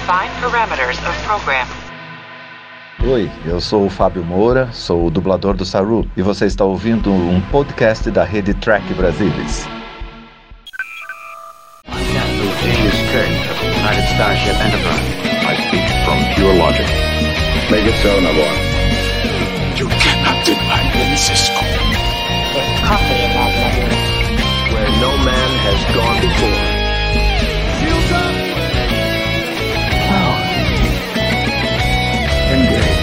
Define parameters of program. Oi, eu sou o Fábio Moura, sou o dublador do Saru e você está ouvindo um podcast da rede Trek Brasilis. James Kirk of the United Starship Enterprise. I speak from pure logic. Make it so, Nabor. You cannot deny me, Cisco. There's coffee in that letter. Where no man has gone before. Shields up! Engage.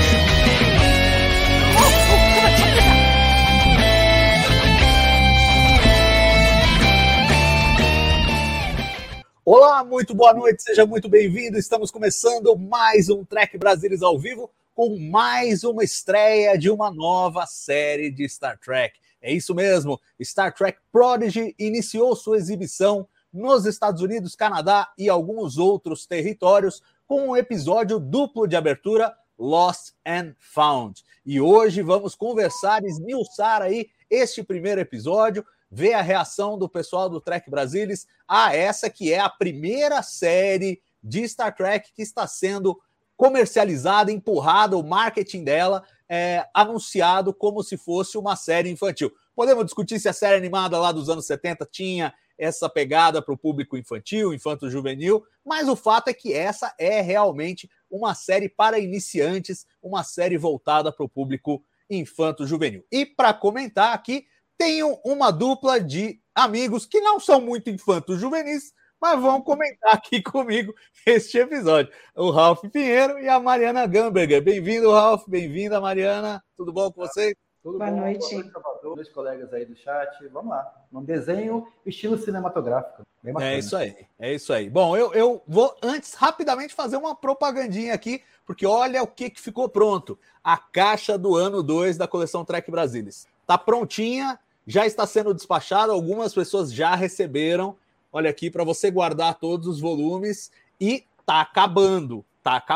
Olá, muito boa noite, seja muito bem-vindo. Estamos começando mais um Trek Brasilis ao vivo com mais uma estreia de uma nova série de Star Trek. É isso mesmo, Star Trek Prodigy iniciou sua exibição nos Estados Unidos, Canadá e alguns outros territórios com um episódio duplo de abertura, Lost and Found. E hoje vamos conversar, esmiuçar aí este primeiro episódio, ver a reação do pessoal do Trek Brasilis a essa que é a primeira série de Star Trek que está sendo comercializada, empurrada, o marketing dela anunciado como se fosse uma série infantil. Podemos discutir se a série animada lá dos anos 70 tinha essa pegada para o público infantil, infanto-juvenil, mas o fato é que essa é realmente uma série para iniciantes, uma série voltada para o público infanto-juvenil. E para comentar aqui, tenho uma dupla de amigos que não são muito infantos-juvenis, mas vão comentar aqui comigo este episódio. O Ralph Pinheiro e a Mariana Gamberger. Bem-vindo, Ralph. Bem-vinda, Mariana. Tudo bom com vocês? Tudo Boa bom? noite. Boa noite, Salvador. Dois colegas aí do chat. Vamos lá. Um desenho estilo cinematográfico. Bem bacana. É isso aí. Bom, eu vou antes rapidamente fazer uma propagandinha aqui, porque olha o que ficou pronto. A caixa do ano 2 da coleção Trek Brasilis. Está prontinha, já está sendo despachada, algumas pessoas já receberam. Olha aqui, para você guardar todos os volumes. E tá acabando.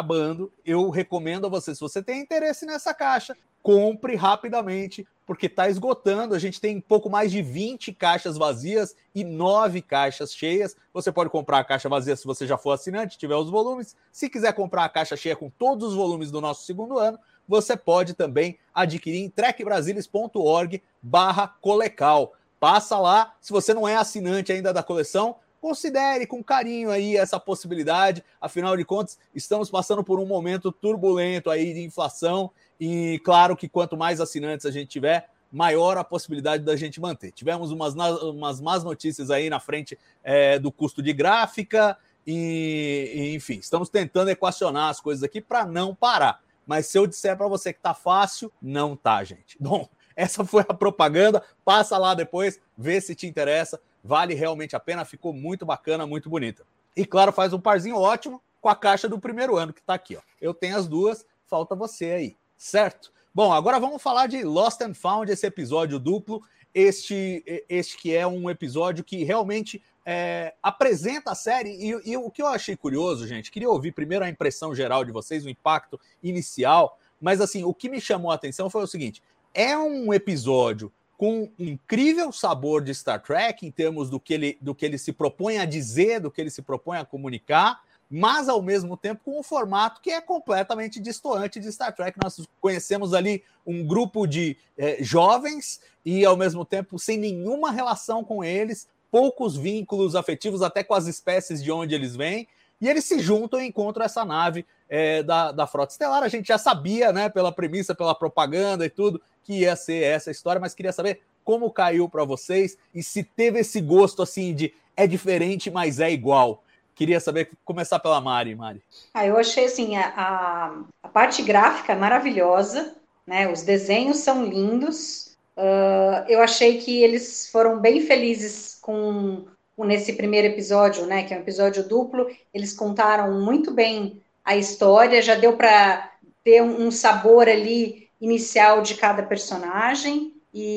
Eu recomendo a você, se você tem interesse nessa caixa, compre rapidamente, porque está esgotando. A gente tem pouco mais de 20 caixas vazias e 9 caixas cheias. Você pode comprar a caixa vazia se você já for assinante, tiver os volumes. Se quiser comprar a caixa cheia com todos os volumes do nosso segundo ano, você pode também adquirir em trekbrasilis.org/colecal. Passa lá, se você não é assinante ainda da coleção, considere com carinho aí essa possibilidade. Afinal de contas, estamos passando por um momento turbulento aí de inflação e claro que quanto mais assinantes a gente tiver, maior a possibilidade da gente manter. Tivemos umas más notícias aí na frente do custo de gráfica e enfim, estamos tentando equacionar as coisas aqui para não parar. Mas se eu disser para você que tá fácil, não tá, gente. Bom, essa foi a propaganda. Passa lá depois, vê se te interessa. Vale realmente a pena, ficou muito bacana, muito bonita. E claro, faz um parzinho ótimo com a caixa do primeiro ano, que tá aqui, ó. Eu tenho as duas, falta você aí, certo? Bom, agora vamos falar de Lost and Found, esse episódio duplo. Este que é um episódio que realmente apresenta a série. E o que eu achei curioso, gente, queria ouvir primeiro a impressão geral de vocês, o impacto inicial. Mas assim, o que me chamou a atenção foi o seguinte: é um episódio com um incrível sabor de Star Trek em termos do que ele se propõe a dizer, do que ele se propõe a comunicar, mas ao mesmo tempo com um formato que é completamente distoante de Star Trek. Nós conhecemos ali um grupo de jovens e ao mesmo tempo sem nenhuma relação com eles, poucos vínculos afetivos até com as espécies de onde eles vêm, e eles se juntam e encontram essa nave da Frota Estelar. A gente já sabia, né, pela premissa, pela propaganda e tudo, que ia ser essa história, mas queria saber como caiu para vocês e se teve esse gosto assim de é diferente, mas é igual. Queria saber, começar pela Mari. Eu achei assim, a parte gráfica maravilhosa, né? Os desenhos são lindos. Eu achei que eles foram bem felizes nesse primeiro episódio, né? Que é um episódio duplo. Eles contaram muito bem a história, já deu para ter um sabor ali inicial de cada personagem,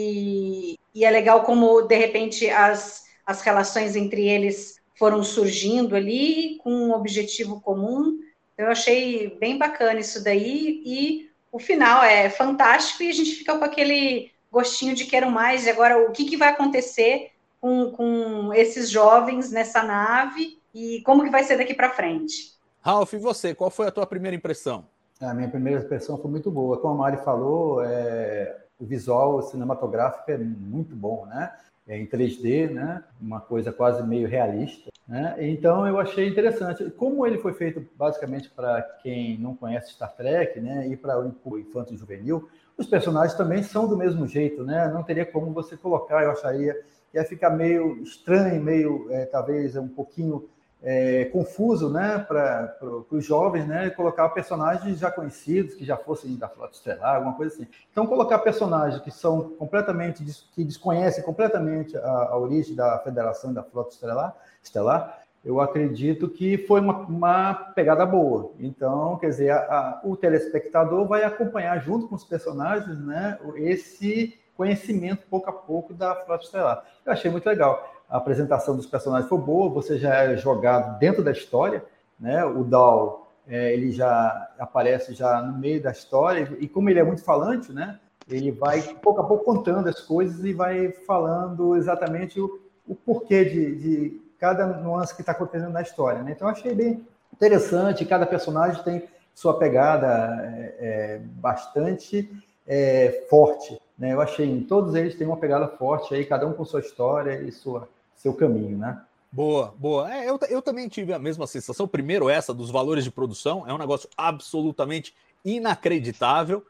e é legal como, de repente, as relações entre eles foram surgindo ali com um objetivo comum. Eu achei bem bacana isso daí, e o final é fantástico, e a gente fica com aquele gostinho de quero mais, e agora o que vai acontecer com esses jovens nessa nave, e como que vai ser daqui para frente. Ralph, e você? Qual foi a tua primeira impressão? A minha primeira impressão foi muito boa. Como a Mari falou, o visual cinematográfico é muito bom, né? É em 3D, né? Uma coisa quase meio realista, né? Então eu achei interessante. Como ele foi feito basicamente para quem não conhece Star Trek, né? E para o infanto juvenil, os personagens também são do mesmo jeito, né? Não teria como você colocar, eu acharia que ia ficar meio estranho, meio talvez um pouquinho confuso, né, para os jovens, né, colocar personagens já conhecidos, que já fossem da Frota Estelar, alguma coisa assim. Então, colocar personagens que são completamente, que desconhecem completamente a origem da Federação e da Frota Estelar, eu acredito que foi uma pegada boa. Então, quer dizer, o telespectador vai acompanhar junto com os personagens, né, esse conhecimento pouco a pouco da Frota Estelar. Eu achei muito legal. A apresentação dos personagens foi boa, você já é jogado dentro da história, né? O Dal, ele já aparece já no meio da história, e como ele é muito falante, né? Ele vai pouco a pouco contando as coisas e vai falando exatamente o porquê de cada nuance que está acontecendo na história, né? Então, eu achei bem interessante, cada personagem tem sua pegada bastante forte, né? Eu achei em todos eles tem uma pegada forte, aí, cada um com sua história e seu caminho, né? Boa, boa. Eu também tive a mesma sensação. Primeiro, essa dos valores de produção é um negócio absolutamente inacreditável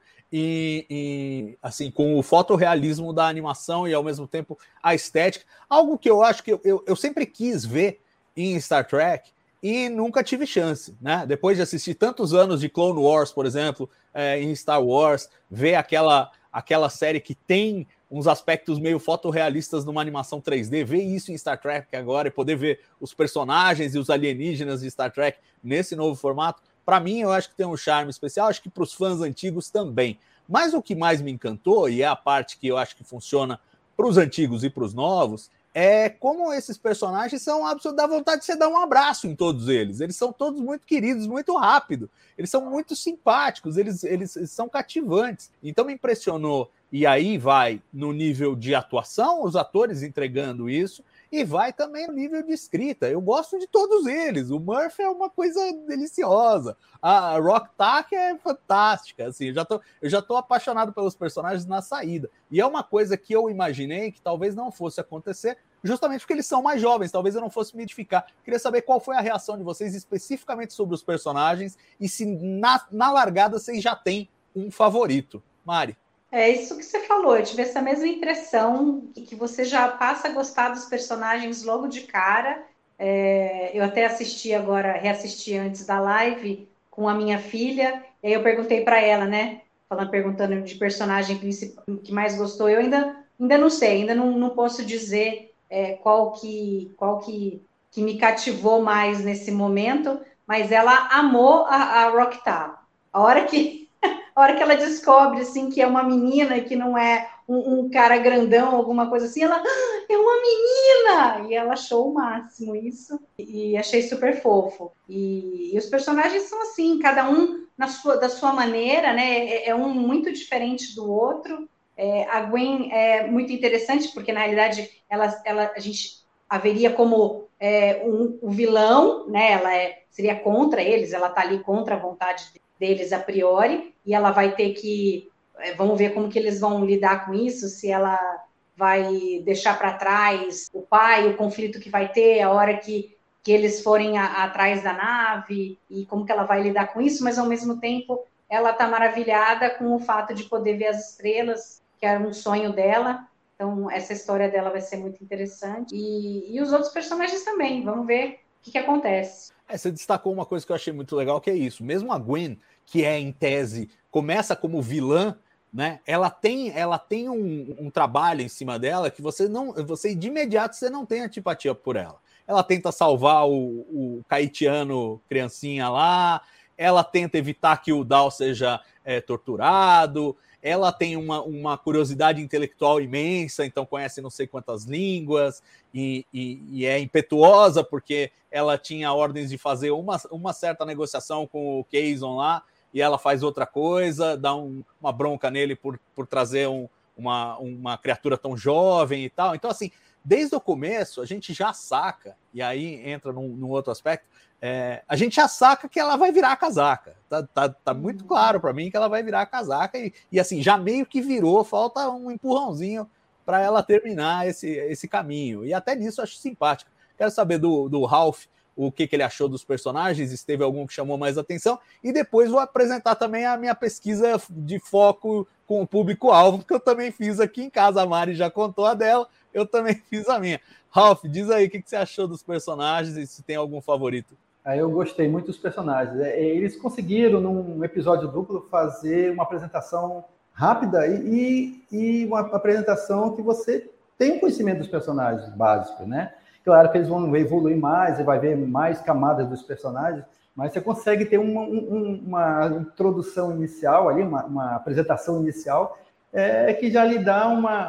e assim, com o fotorrealismo da animação e ao mesmo tempo a estética, algo que eu acho que eu sempre quis ver em Star Trek e nunca tive chance, né? Depois de assistir tantos anos de Clone Wars, por exemplo, em Star Wars, ver aquela série que tem uns aspectos meio fotorrealistas numa animação 3D, ver isso em Star Trek agora e poder ver os personagens e os alienígenas de Star Trek nesse novo formato, para mim eu acho que tem um charme especial, acho que para os fãs antigos também. Mas o que mais me encantou, e é a parte que eu acho que funciona para os antigos e para os novos, é como esses personagens são absolutamente, dá vontade de você dar um abraço em todos eles. Eles são todos muito queridos, muito rápido. Eles são muito simpáticos, eles são cativantes. Então me impressionou. E aí vai no nível de atuação, os atores entregando isso, e vai também no nível de escrita. Eu gosto de todos eles. O Murphy é uma coisa deliciosa. A Rok-Tahk é fantástica. Assim, eu já tô apaixonado pelos personagens na saída. E é uma coisa que eu imaginei que talvez não fosse acontecer, justamente porque eles são mais jovens. Talvez eu não fosse me identificar. Queria saber qual foi a reação de vocês especificamente sobre os personagens e se na largada vocês já têm um favorito. Mari. É isso que você falou, eu tive essa mesma impressão, que você já passa a gostar dos personagens logo de cara. Eu até reassisti antes da live com a minha filha, e aí eu perguntei para ela, né, perguntando de personagem que mais gostou. Eu ainda não sei, ainda não posso dizer qual que me cativou mais nesse momento, mas ela amou a Rok-Tahk. A hora que ela descobre, assim, que é uma menina e que não é um cara grandão, alguma coisa assim, ela, é uma menina! E ela achou o máximo isso, e achei super fofo. E os personagens são assim, cada um da sua maneira, né? É um muito diferente do outro. A Gwen é muito interessante, porque, na realidade, a gente haveria como um vilão, né? Ela seria contra eles, ela tá ali contra a vontade deles a priori, e ela vai ter que, vamos ver como que eles vão lidar com isso, se ela vai deixar para trás o pai, o conflito que vai ter a hora que eles forem atrás da nave, e como que ela vai lidar com isso, mas ao mesmo tempo ela está maravilhada com o fato de poder ver as estrelas, que era um sonho dela. Então essa história dela vai ser muito interessante, e os outros personagens também, vamos ver o que acontece. Você destacou uma coisa que eu achei muito legal, que é isso. Mesmo a Gwen, que em tese, começa como vilã, né? Ela tem um trabalho em cima dela que você de imediato você não tem antipatia por ela. Ela tenta salvar o Caetiano criancinha lá, ela tenta evitar que o Dal seja torturado, ela tem uma curiosidade intelectual imensa, então conhece não sei quantas línguas, e é impetuosa porque ela tinha ordens de fazer uma certa negociação com o Kazon lá, e ela faz outra coisa, dá uma bronca nele por trazer uma criatura tão jovem e tal. Então, assim, desde o começo, a gente já saca, e aí entra num outro aspecto, a gente já saca que ela vai virar a casaca. Tá muito claro para mim que ela vai virar a casaca, e assim, já meio que virou, falta um empurrãozinho para ela terminar esse caminho. E até nisso eu acho simpático. Quero saber do Ralph, o que ele achou dos personagens, se teve algum que chamou mais atenção, e depois vou apresentar também a minha pesquisa de foco com o público-alvo, que eu também fiz aqui em casa. A Mari já contou a dela, eu também fiz a minha. Ralph, diz aí o que você achou dos personagens e se tem algum favorito. Eu gostei muito dos personagens. Eles conseguiram, num episódio duplo, fazer uma apresentação rápida e uma apresentação que você tem um conhecimento dos personagens básicos, né? Claro que eles vão evoluir mais, você vai ver mais camadas dos personagens, mas você consegue ter uma introdução inicial ali, uma apresentação inicial, que já lhe dá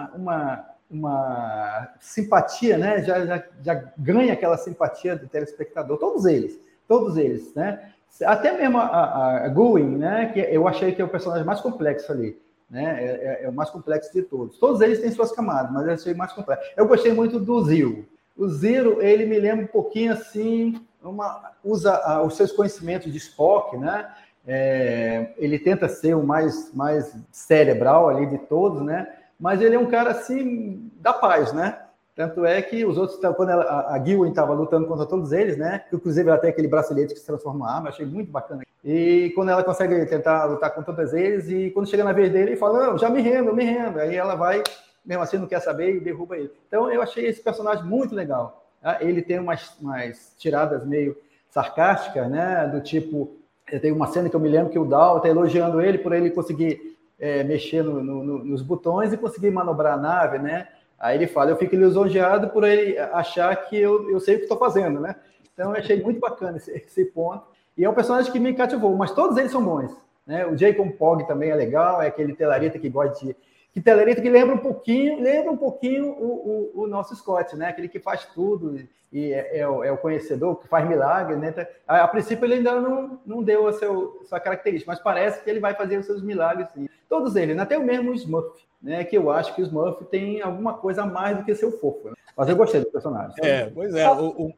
uma simpatia, né? Já ganha aquela simpatia do telespectador, todos eles, né? Até mesmo a Gwyn, né? Que eu achei que é o personagem mais complexo ali, né? É o mais complexo de todos. Todos eles têm suas camadas, mas eu achei mais complexo. Eu gostei muito do Zero. O Zero, ele me lembra um pouquinho assim, usa os seus conhecimentos de Spock, né? Ele tenta ser o mais cerebral ali de todos, né? Mas ele é um cara assim da paz, né? Tanto é que os outros, quando a Gwyn estava lutando contra todos eles, né? Inclusive ela tem aquele bracelete que se transforma em arma, achei muito bacana. E quando ela consegue tentar lutar com todos eles, e quando chega na vez dele, ele fala, não, já me rendo. Aí ela vai, mesmo assim não quer saber, e derruba ele. Então eu achei esse personagem muito legal. Tá? Ele tem umas tiradas meio sarcásticas, né? Do tipo, tem uma cena que eu me lembro que o Dal está elogiando ele por ele conseguir mexer nos botões e conseguir manobrar a nave, né? Aí ele fala, eu fico lisonjeado por ele achar que eu sei o que estou fazendo, né? Então eu achei muito bacana esse ponto. E é um personagem que me cativou, mas todos eles são bons, né? O Jacob Pogg também é legal, é aquele telarita que gosta de... que lembra um pouquinho o nosso Scott, né? Aquele que faz tudo e é o conhecedor, que faz milagres, né? A princípio ele ainda não deu a sua característica, mas parece que ele vai fazer os seus milagres, sim. Todos eles, né? Até o mesmo Smurf, né? Que eu acho que o Smurf tem alguma coisa a mais do que ser o fofo, né? Mas eu gostei do personagem. Pois é.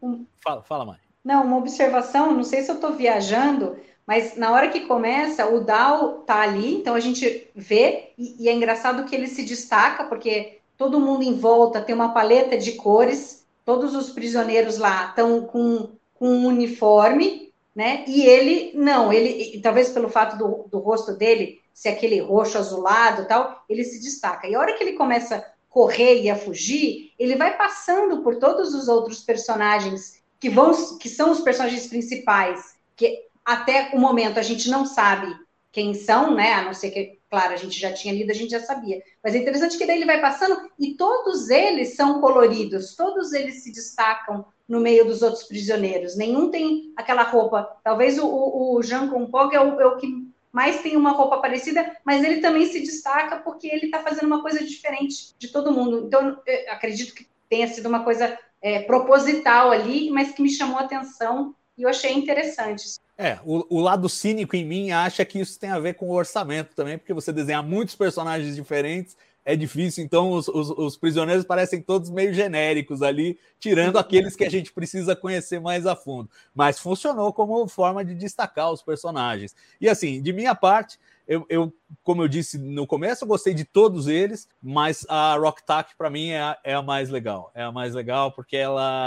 Fala, Mari. Não, uma observação, não sei se eu estou viajando, mas na hora que começa, o Dal tá ali, então a gente vê, e é engraçado que ele se destaca, porque todo mundo em volta tem uma paleta de cores, todos os prisioneiros lá estão com um uniforme, né? E ele, não, talvez pelo fato do rosto dele ser aquele roxo azulado e tal, ele se destaca. E a hora que ele começa a correr e a fugir, ele vai passando por todos os outros personagens que são os personagens principais, que até o momento a gente não sabe quem são, né? A não ser que, claro, a gente já tinha lido, a gente já sabia. Mas é interessante que daí ele vai passando e todos eles são coloridos, todos eles se destacam no meio dos outros prisioneiros. Nenhum tem aquela roupa. Talvez o Jean Compog é o que mais tem uma roupa parecida, mas ele também se destaca porque ele está fazendo uma coisa diferente de todo mundo. Então, eu acredito que tenha sido uma coisa proposital ali, mas que me chamou a atenção e eu achei interessante. O lado cínico em mim acha que isso tem a ver com o orçamento também, porque você desenhar muitos personagens diferentes é difícil, então os prisioneiros parecem todos meio genéricos ali, tirando aqueles que a gente precisa conhecer mais a fundo. Mas funcionou como forma de destacar os personagens. E assim, de minha parte, eu como eu disse no começo, eu gostei de todos eles, mas a Rok-Tahk para mim é a mais legal. É a mais legal porque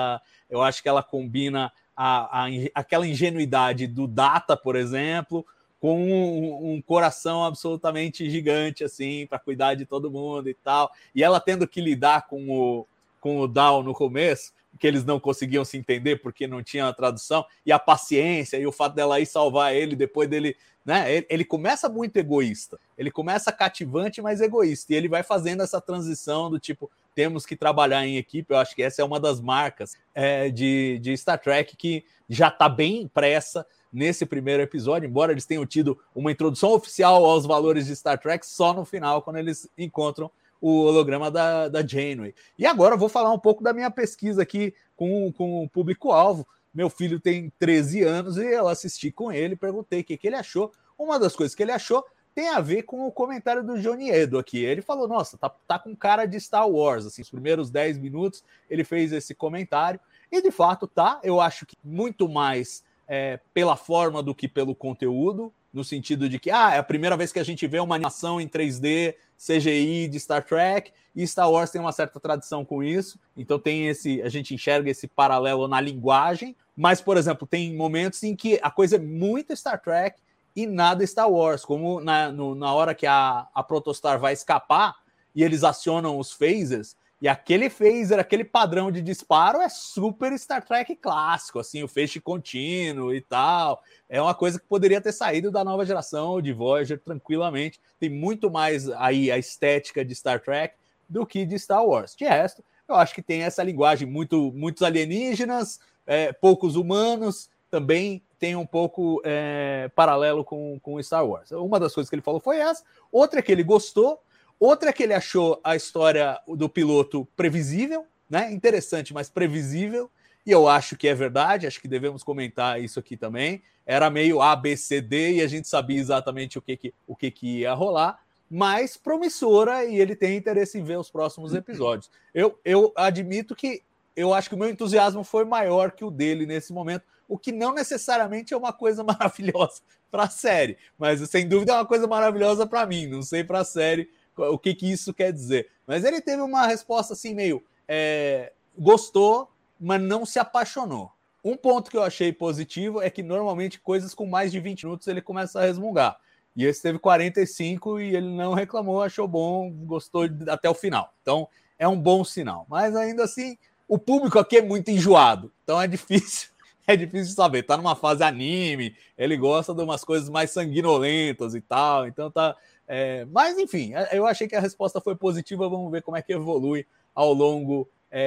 eu acho que ela combina aquela ingenuidade do Data, por exemplo, com um coração absolutamente gigante, assim, para cuidar de todo mundo e tal. E ela tendo que lidar com o Dal no começo, que eles não conseguiam se entender porque não tinha a tradução, e a paciência, e o fato dela ir salvar ele, depois dele... Né? Ele começa muito egoísta, ele começa cativante, mas egoísta, e ele vai fazendo essa transição do tipo, temos que trabalhar em equipe. Eu acho que essa é uma das marcas de Star Trek que já está bem impressa nesse primeiro episódio, embora eles tenham tido uma introdução oficial aos valores de Star Trek só no final, quando eles encontram o holograma da Janeway. E agora eu vou falar um pouco da minha pesquisa aqui com o público-alvo. Meu filho tem 13 anos e eu assisti com ele, perguntei o que ele achou. Uma das coisas que ele achou tem a ver com o comentário do Johnny Edo aqui. Ele falou, nossa, tá com cara de Star Wars, assim, os primeiros 10 minutos ele fez esse comentário, e de fato tá, eu acho que muito mais pela forma do que pelo conteúdo, no sentido de que é a primeira vez que a gente vê uma animação em 3D, CGI de Star Trek, e Star Wars tem uma certa tradição com isso, então a gente enxerga esse paralelo na linguagem, mas, por exemplo, tem momentos em que a coisa é muito Star Trek e nada Star Wars, como na hora que a Protostar vai escapar e eles acionam os phasers, e aquele phaser, aquele padrão de disparo é super Star Trek clássico, assim, o feixe contínuo e tal. É uma coisa que poderia ter saído da nova geração de Voyager tranquilamente. Tem muito mais aí a estética de Star Trek do que de Star Wars. De resto, eu acho que tem essa linguagem, muitos alienígenas, poucos humanos, também tem um pouco paralelo com Star Wars. Uma das coisas que ele falou foi essa. Outra é que ele gostou. Outra é que ele achou a história do piloto previsível, né? Interessante, mas previsível. E eu acho que é verdade, acho que devemos comentar isso aqui também. Era meio A, B, C, D, e a gente sabia exatamente o que ia rolar, mas promissora, e ele tem interesse em ver os próximos episódios. Eu admito que eu acho que o meu entusiasmo foi maior que o dele nesse momento, o que não necessariamente é uma coisa maravilhosa para a série, mas sem dúvida é uma coisa maravilhosa para mim, não sei para a série o que isso quer dizer. Mas ele teve uma resposta assim meio gostou, mas não se apaixonou. Um ponto que eu achei positivo é que normalmente coisas com mais de 20 minutos ele começa a resmungar. E esse teve 45 e ele não reclamou, achou bom, gostou até o final. Então é um bom sinal. Mas ainda assim, o público aqui é muito enjoado. Então é difícil saber. Tá numa fase anime, ele gosta de umas coisas mais sanguinolentas e tal. Então tá... mas, enfim, eu achei que a resposta foi positiva. Vamos ver como é que evolui ao longo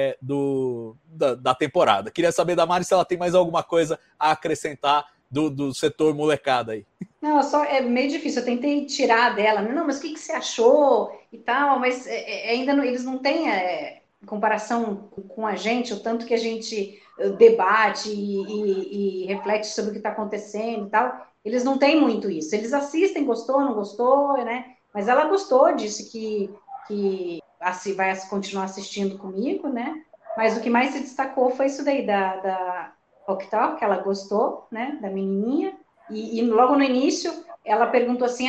da temporada. Queria saber da Mari se ela tem mais alguma coisa a acrescentar do setor molecada aí. Não, é meio difícil. Eu tentei tirar dela. Não, mas o que você achou e tal? Mas ainda não, eles não têm em comparação com a gente, o tanto que a gente debate e reflete sobre o que está acontecendo e tal. Eles não têm muito isso. Eles assistem, gostou, não gostou, né? Mas ela gostou, disse que assim, vai continuar assistindo comigo, né? Mas o que mais se destacou foi isso daí da Octal, que ela gostou, né? Da menininha. E logo no início, ela perguntou assim,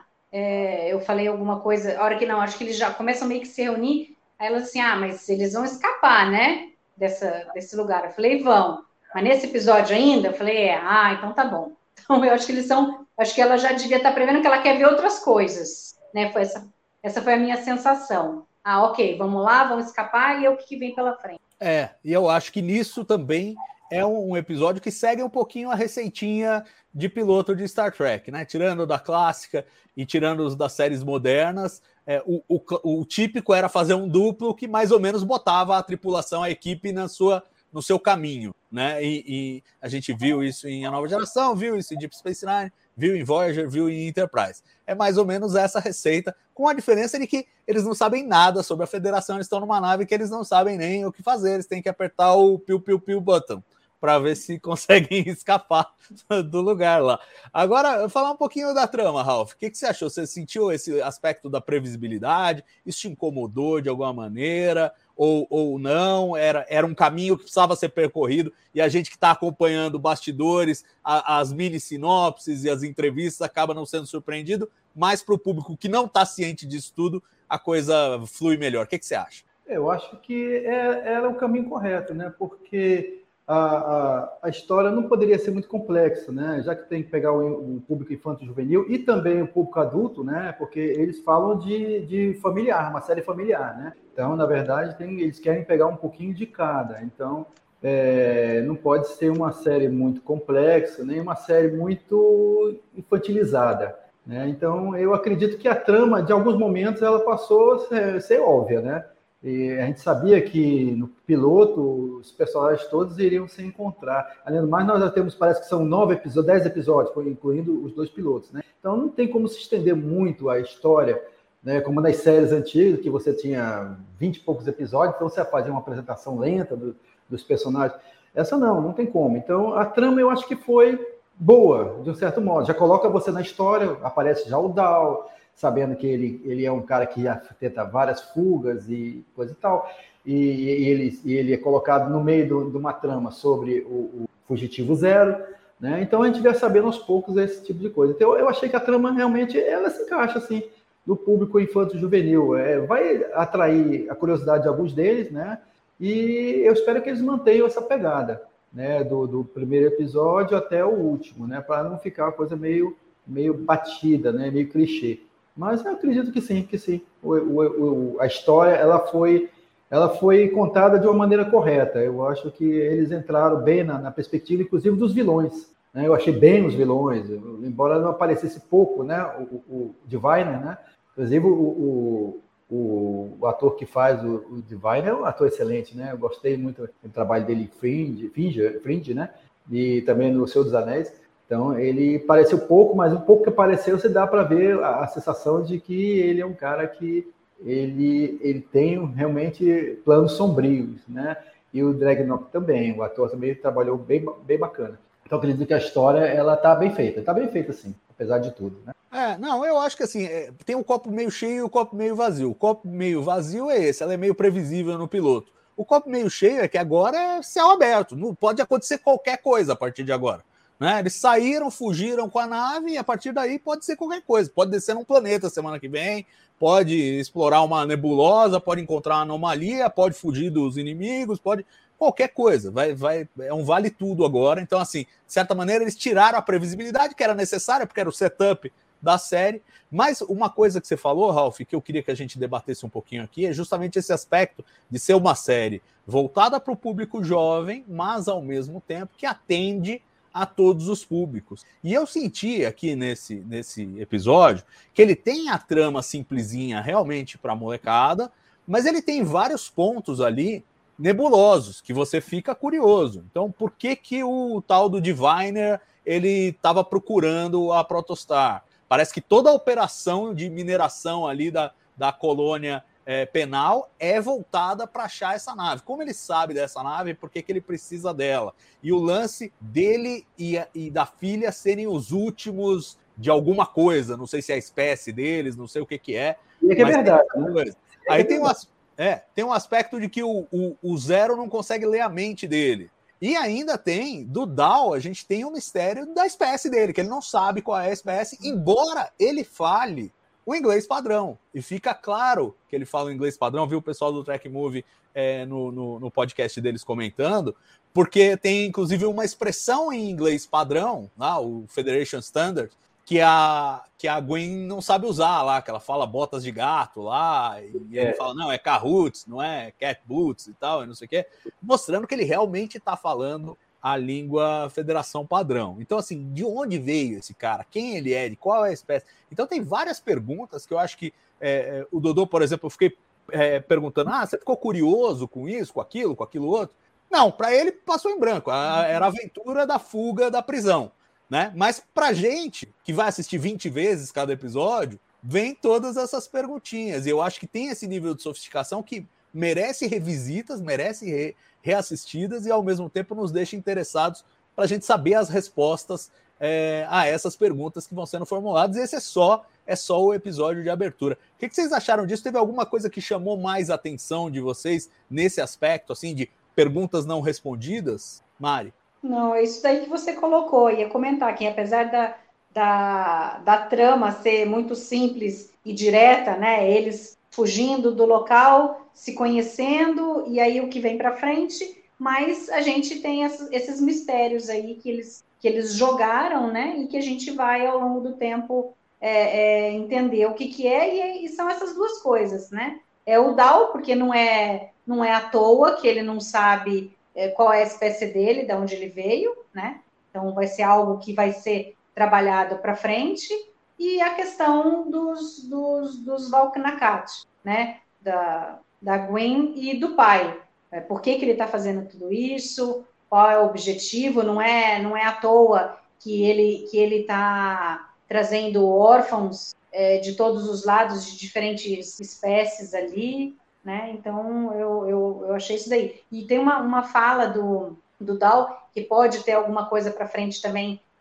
eu falei alguma coisa, a hora que não, acho que eles já começam meio que se reunir. Aí ela disse assim, mas eles vão escapar, né? Desse lugar. Eu falei, vão. Mas nesse episódio ainda, eu falei, então tá bom. Então, eu acho que acho que ela já devia estar prevendo que ela quer ver outras coisas, né? Essa foi a minha sensação. Ok, vamos lá, vamos escapar, e o que vem pela frente. E eu acho que nisso também é um episódio que segue um pouquinho a receitinha de piloto de Star Trek, né? Tirando da clássica e tirando os das séries modernas, o típico era fazer um duplo que mais ou menos botava a tripulação, a equipe no seu caminho, né? E a gente viu isso em A Nova Geração, viu isso em Deep Space Nine, viu em Voyager, viu em Enterprise. É mais ou menos essa receita, com a diferença de que eles não sabem nada sobre a Federação, eles estão numa nave que eles não sabem nem o que fazer, eles têm que apertar o piu-piu-piu button para ver se conseguem escapar do lugar lá. Agora, falar um pouquinho da trama, Ralph. O que você achou? Você sentiu esse aspecto da previsibilidade? Isso te incomodou de alguma maneira? Ou não? Era um caminho que precisava ser percorrido e a gente que está acompanhando bastidores, as mini sinopses e as entrevistas acaba não sendo surpreendido, mas para o público que não está ciente disso tudo, a coisa flui melhor. O que você acha? Eu acho que era o caminho correto, né? Porque a história não poderia ser muito complexa, né? Já que tem que pegar o público infanto-juvenil e também o público adulto, né? Porque eles falam de familiar, uma série familiar, né? Então, na verdade, eles querem pegar um pouquinho de cada. Então, não pode ser uma série muito complexa, nem uma série muito infantilizada, né? Então, eu acredito que a trama, de alguns momentos, ela passou a ser óbvia, né? E a gente sabia que no piloto os personagens todos iriam se encontrar. Além do mais, nós já temos, parece que são 10 episódios, incluindo os 2 pilotos, né? Então não tem como se estender muito a história, né? Como nas séries antigas, que você tinha 20 e poucos episódios, então você fazia uma apresentação lenta dos personagens. Essa não tem como. Então a trama eu acho que foi boa, de um certo modo. Já coloca você na história, aparece já o Dal, sabendo que ele é um cara que já tenta várias fugas e coisa e tal. E ele é colocado no meio de uma trama sobre o Fugitivo Zero, né? Então a gente vai sabendo aos poucos esse tipo de coisa. Então eu achei que a trama realmente ela se encaixa assim no público infanto-juvenil. Vai atrair a curiosidade de alguns deles, né? E eu espero que eles mantenham essa pegada, né? Do primeiro episódio até o último, né? Para não ficar uma coisa meio batida, né? Meio clichê. Mas eu acredito que sim. A história ela foi contada de uma maneira correta. Eu acho que eles entraram bem na perspectiva, inclusive, dos vilões, né? Eu achei bem os vilões, embora não aparecesse pouco, né? O Diviner, né? Inclusive, o ator que faz o Diviner é um ator excelente, né? Eu gostei muito do trabalho dele em Fringe, né? E também no Senhor dos Anéis. Então, ele pareceu pouco, mas um pouco que apareceu, você dá para ver a sensação de que ele é um cara que ele tem realmente planos sombrios, né? E o Dragnok também, o ator também trabalhou bem bacana. Então, acredito que a história ela tá bem feita sim, apesar de tudo, né? Não, eu acho que assim, tem um copo meio cheio e o copo meio vazio. O copo meio vazio é esse, ela é meio previsível no piloto. O copo meio cheio é que agora é céu aberto, não pode acontecer qualquer coisa a partir de agora. Né? Eles saíram, fugiram com a nave e a partir daí pode ser qualquer coisa. Pode descer num planeta semana que vem, pode explorar uma nebulosa, pode encontrar uma anomalia, pode fugir dos inimigos, pode qualquer coisa. É um vale tudo agora. Então, assim, de certa maneira, eles tiraram a previsibilidade que era necessária, porque era o setup da série. Mas uma coisa que você falou, Ralph, que eu queria que a gente debatesse um pouquinho aqui, é justamente esse aspecto de ser uma série voltada para o público jovem, mas ao mesmo tempo que atende a todos os públicos. E eu senti aqui nesse episódio que ele tem a trama simplesinha realmente para a molecada, mas ele tem vários pontos ali nebulosos que você fica curioso. Então, por que o tal do Diviner ele estava procurando a Protostar? Parece que toda a operação de mineração ali da colônia penal é voltada para achar essa nave. Como ele sabe dessa nave, por que ele precisa dela? E o lance dele e da filha serem os últimos de alguma coisa, não sei se é a espécie deles, não sei o que é. E é verdade, né? Aí tem um aspecto de que o Zero não consegue ler a mente dele. E ainda tem, do Dal, a gente tem o mistério da espécie dele, que ele não sabe qual é a espécie, embora ele fale o inglês padrão. E fica claro que ele fala o inglês padrão, viu o pessoal do Track Movie no podcast deles comentando, porque tem inclusive uma expressão em inglês padrão, lá, o Federation Standard, que a Gwen não sabe usar lá, que ela fala botas de gato lá, e ele fala, não, é Cahoots, não é Cat Boots e tal, e não sei o quê, mostrando que ele realmente está falando a língua Federação Padrão. Então, assim, de onde veio esse cara? Quem ele é? De qual é a espécie? Então, tem várias perguntas que eu acho que o Dodô, por exemplo, eu fiquei perguntando, você ficou curioso com isso, com aquilo outro? Não, para ele passou em branco. Era a aventura da fuga da prisão, né? Mas pra gente, que vai assistir 20 vezes cada episódio, vem todas essas perguntinhas. E eu acho que tem esse nível de sofisticação que merece revisitas, merece reassistidas e, ao mesmo tempo, nos deixa interessados para a gente saber as respostas a essas perguntas que vão sendo formuladas. E esse é só o episódio de abertura. O que vocês acharam disso? Teve alguma coisa que chamou mais a atenção de vocês nesse aspecto, assim, de perguntas não respondidas? Mari? Não, é isso daí que você colocou. Ia comentar que, apesar da trama ser muito simples e direta, né? Eles fugindo do local, se conhecendo, e aí o que vem para frente, mas a gente tem esses mistérios aí que eles jogaram, né? E que a gente vai, ao longo do tempo, entender o que é, e são essas duas coisas, né? É o Dal, porque não é à toa que ele não sabe qual é a espécie dele, de onde ele veio, né? Então, vai ser algo que vai ser trabalhado para frente, e a questão dos Valknakat, né? Da Gwen e do pai. Por que ele está fazendo tudo isso? Qual é o objetivo? Não é à toa que ele está trazendo órfãos de todos os lados, de diferentes espécies ali, né? Então, eu achei isso daí. E tem uma fala do Dal, que pode ter alguma coisa para frente também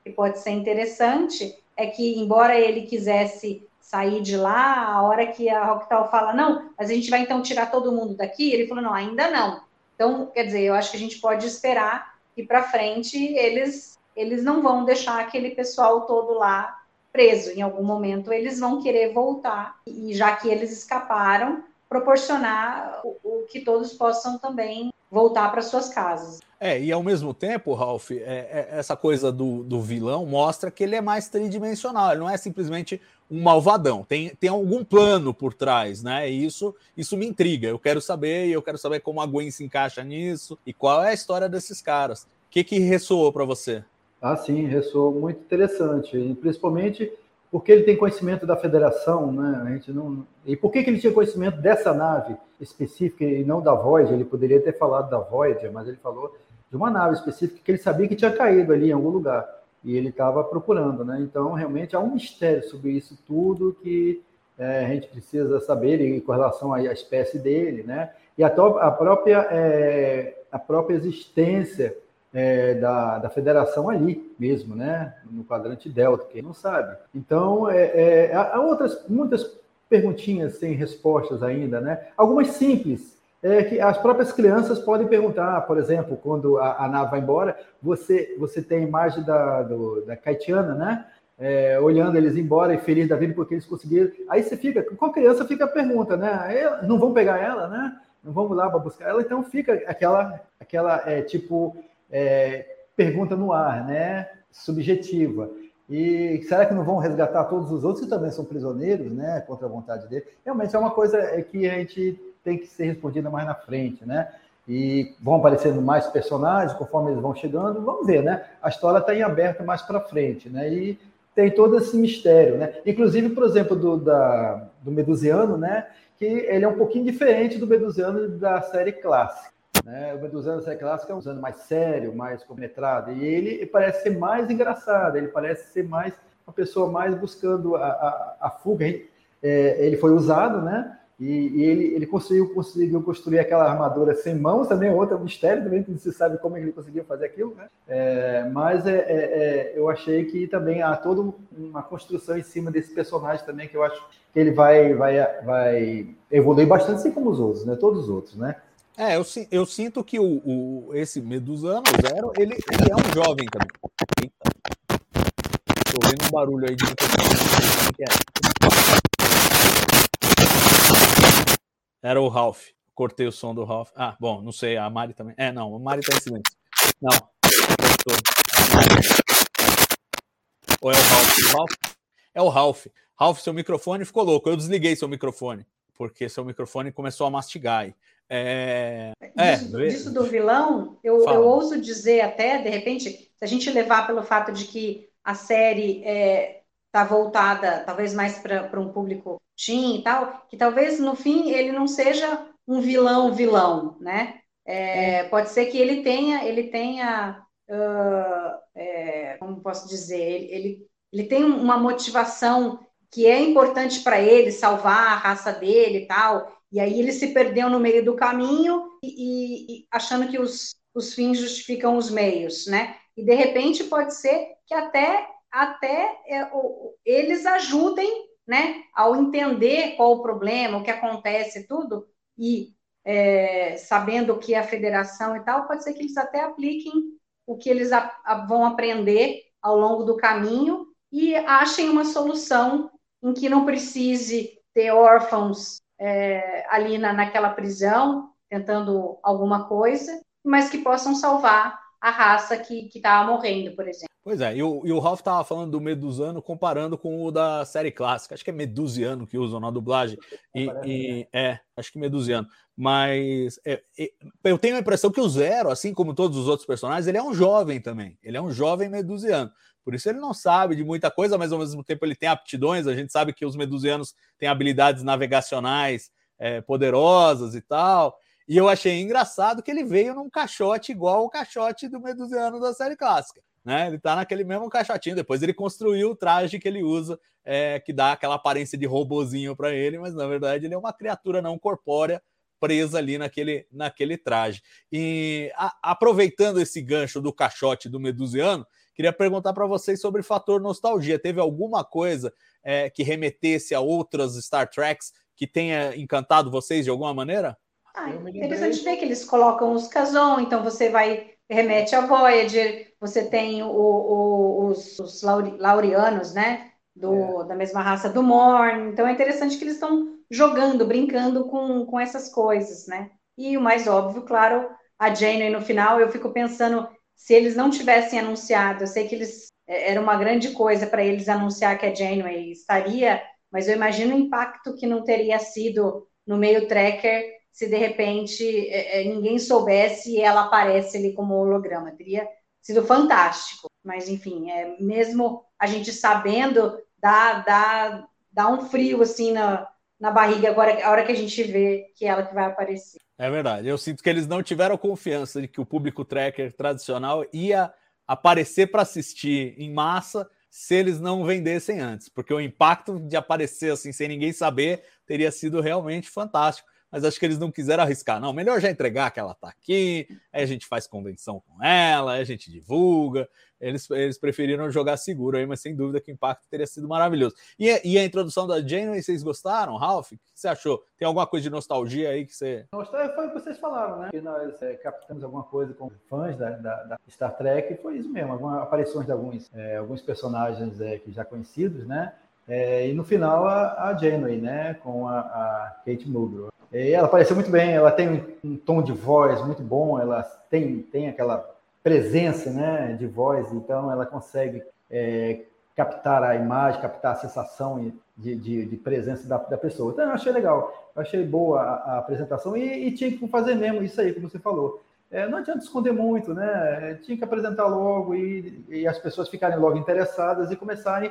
que pode ser interessante é que, embora ele quisesse sair de lá, a hora que a Roctal fala, não, mas a gente vai então tirar todo mundo daqui, ele falou, não, ainda não. Então, quer dizer, eu acho que a gente pode esperar que para frente eles não vão deixar aquele pessoal todo lá preso. Em algum momento eles vão querer voltar, e já que eles escaparam, proporcionar o que todos possam também voltar para suas casas. E ao mesmo tempo, Ralph, essa coisa do vilão mostra que ele é mais tridimensional, ele não é simplesmente um malvadão, tem algum plano por trás, né? E isso me intriga, eu quero saber como a Gwen se encaixa nisso, e qual é a história desses caras. O que ressoou para você? Sim, ressoou muito interessante, e principalmente porque ele tem conhecimento da Federação, né? A gente não... E por que ele tinha conhecimento dessa nave específica e não da Voyager? Ele poderia ter falado da Voyager, mas ele falou de uma nave específica que ele sabia que tinha caído ali em algum lugar, e ele estava procurando, né? Então, realmente, há um mistério sobre isso tudo que a gente precisa saber, e com relação à espécie dele, né? E a própria existência da Federação ali mesmo, né? No quadrante Delta, quem não sabe. Então, há muitas perguntinhas sem respostas ainda, né? Algumas simples, que as próprias crianças podem perguntar. Por exemplo, quando a nave vai embora, você tem a imagem da Caitiana, né? Olhando eles embora e feliz da vida porque eles conseguiram. Aí com a criança fica a pergunta, né? Não vão pegar ela, né? Não vamos lá para buscar ela. Então fica aquela pergunta no ar, né? Subjetiva. E será que não vão resgatar todos os outros que também são prisioneiros, né? Contra a vontade dele? Realmente é uma coisa que a gente tem que ser respondida mais na frente, né? E vão aparecendo mais personagens conforme eles vão chegando, vamos ver, né? A história está em aberto mais para frente, né? E tem todo esse mistério, né? Inclusive, por exemplo, do Medusiano, né? Que ele é um pouquinho diferente do Medusiano da série clássica, né? O Medusiano da série clássica é um Medusiano mais sério, mais compenetrado, e ele parece ser mais engraçado, ele parece ser mais uma pessoa mais buscando a fuga. Ele foi usado, né? E ele conseguiu construir aquela armadura sem mãos, também é outro mistério, também não se sabe como ele conseguiu fazer aquilo, né? Mas eu achei que também há toda uma construção em cima desse personagem também, que eu acho que ele vai evoluir bastante, assim como os outros, né? Todos os outros, né? Eu sinto que esse Medusano, Zero, ele é um jovem também. Eita. Tô vendo um barulho aí de Era o Ralph. Cortei o som do Ralph. Bom, não sei, a Mari também. Não, a Mari tá em silêncio. Não, cortou. Ou é o Ralph? É o Ralph. Ralph, seu microfone ficou louco. Eu desliguei seu microfone, porque seu microfone começou a mastigar aí. Disso do vilão, eu ouso dizer até, de repente, se a gente levar pelo fato de que a série está voltada talvez mais para um público teen e tal, que talvez no fim ele não seja um vilão, né? Pode ser que ele tenha como posso dizer, ele tem uma motivação que é importante para ele, salvar a raça dele e tal, e aí ele se perdeu no meio do caminho e achando que os fins justificam os meios, né? E de repente pode ser que até eles ajudem, né, ao entender qual o problema, o que acontece e tudo, e sabendo o que é a federação e tal, pode ser que eles até apliquem o que eles vão aprender ao longo do caminho e achem uma solução em que não precise ter órfãos ali naquela prisão, tentando alguma coisa, mas que possam salvar a raça que estava morrendo, por exemplo. Pois é, e o Ralph estava falando do Medusano comparando com o da série clássica. Acho que é Medusiano que usam na dublagem. Acho que Medusiano. Mas eu tenho a impressão que o Zero, assim como todos os outros personagens, ele é um jovem também. Ele é um jovem Medusiano. Por isso ele não sabe de muita coisa, mas ao mesmo tempo ele tem aptidões. A gente sabe que os Medusianos têm habilidades navegacionais poderosas e tal. E eu achei engraçado que ele veio num caixote igual o caixote do Medusiano da série clássica, né? Ele tá naquele mesmo caixotinho. Depois ele construiu o traje que ele usa, que dá aquela aparência de robozinho para ele, mas na verdade ele é uma criatura não corpórea presa ali naquele traje. E aproveitando esse gancho do caixote do Medusiano, queria perguntar para vocês sobre o fator nostalgia. Teve alguma coisa que remetesse a outras Star Treks que tenha encantado vocês de alguma maneira? Interessante ver que eles colocam os Kazon, então você remete a Voyager, você tem os Laurianos, né? Da mesma raça do Morn. Então é interessante que eles estão jogando, brincando com essas coisas, né? E o mais óbvio, claro, a Janeway no final, eu fico pensando, se eles não tivessem anunciado, eu sei que era uma grande coisa para eles anunciar que a Janeway estaria, mas eu imagino o impacto que não teria sido no meio tracker se de repente ninguém soubesse e ela aparece ali como holograma. Teria sido fantástico. Mas, enfim, mesmo a gente sabendo, dá um frio assim na barriga agora, a hora que a gente vê que ela que vai aparecer. É verdade. Eu sinto que eles não tiveram confiança de que o público tracker tradicional ia aparecer para assistir em massa se eles não vendessem antes, porque o impacto de aparecer assim sem ninguém saber teria sido realmente fantástico. Mas acho que eles não quiseram arriscar. Não, melhor já entregar que ela está aqui, aí a gente faz convenção com ela, aí a gente divulga. Eles preferiram jogar seguro aí, mas sem dúvida que o impacto teria sido maravilhoso. E a introdução da Janeway, vocês gostaram, Ralph? O que você achou? Tem alguma coisa de nostalgia aí que você... Nostalgia foi o que vocês falaram, né? Que nós captamos alguma coisa com fãs da Star Trek, foi isso mesmo, algumas aparições de alguns personagens que já conhecidos, né? E no final a Janeway, né? Com a Kate Mulgrew. E ela apareceu muito bem, ela tem um tom de voz muito bom, ela tem aquela presença, né, de voz, então ela consegue captar a imagem, captar a sensação de presença da pessoa. Então eu achei legal, eu achei boa a apresentação e tinha que fazer mesmo isso aí, como você falou. Não adianta esconder muito, né? Tinha que apresentar logo e as pessoas ficarem logo interessadas e começarem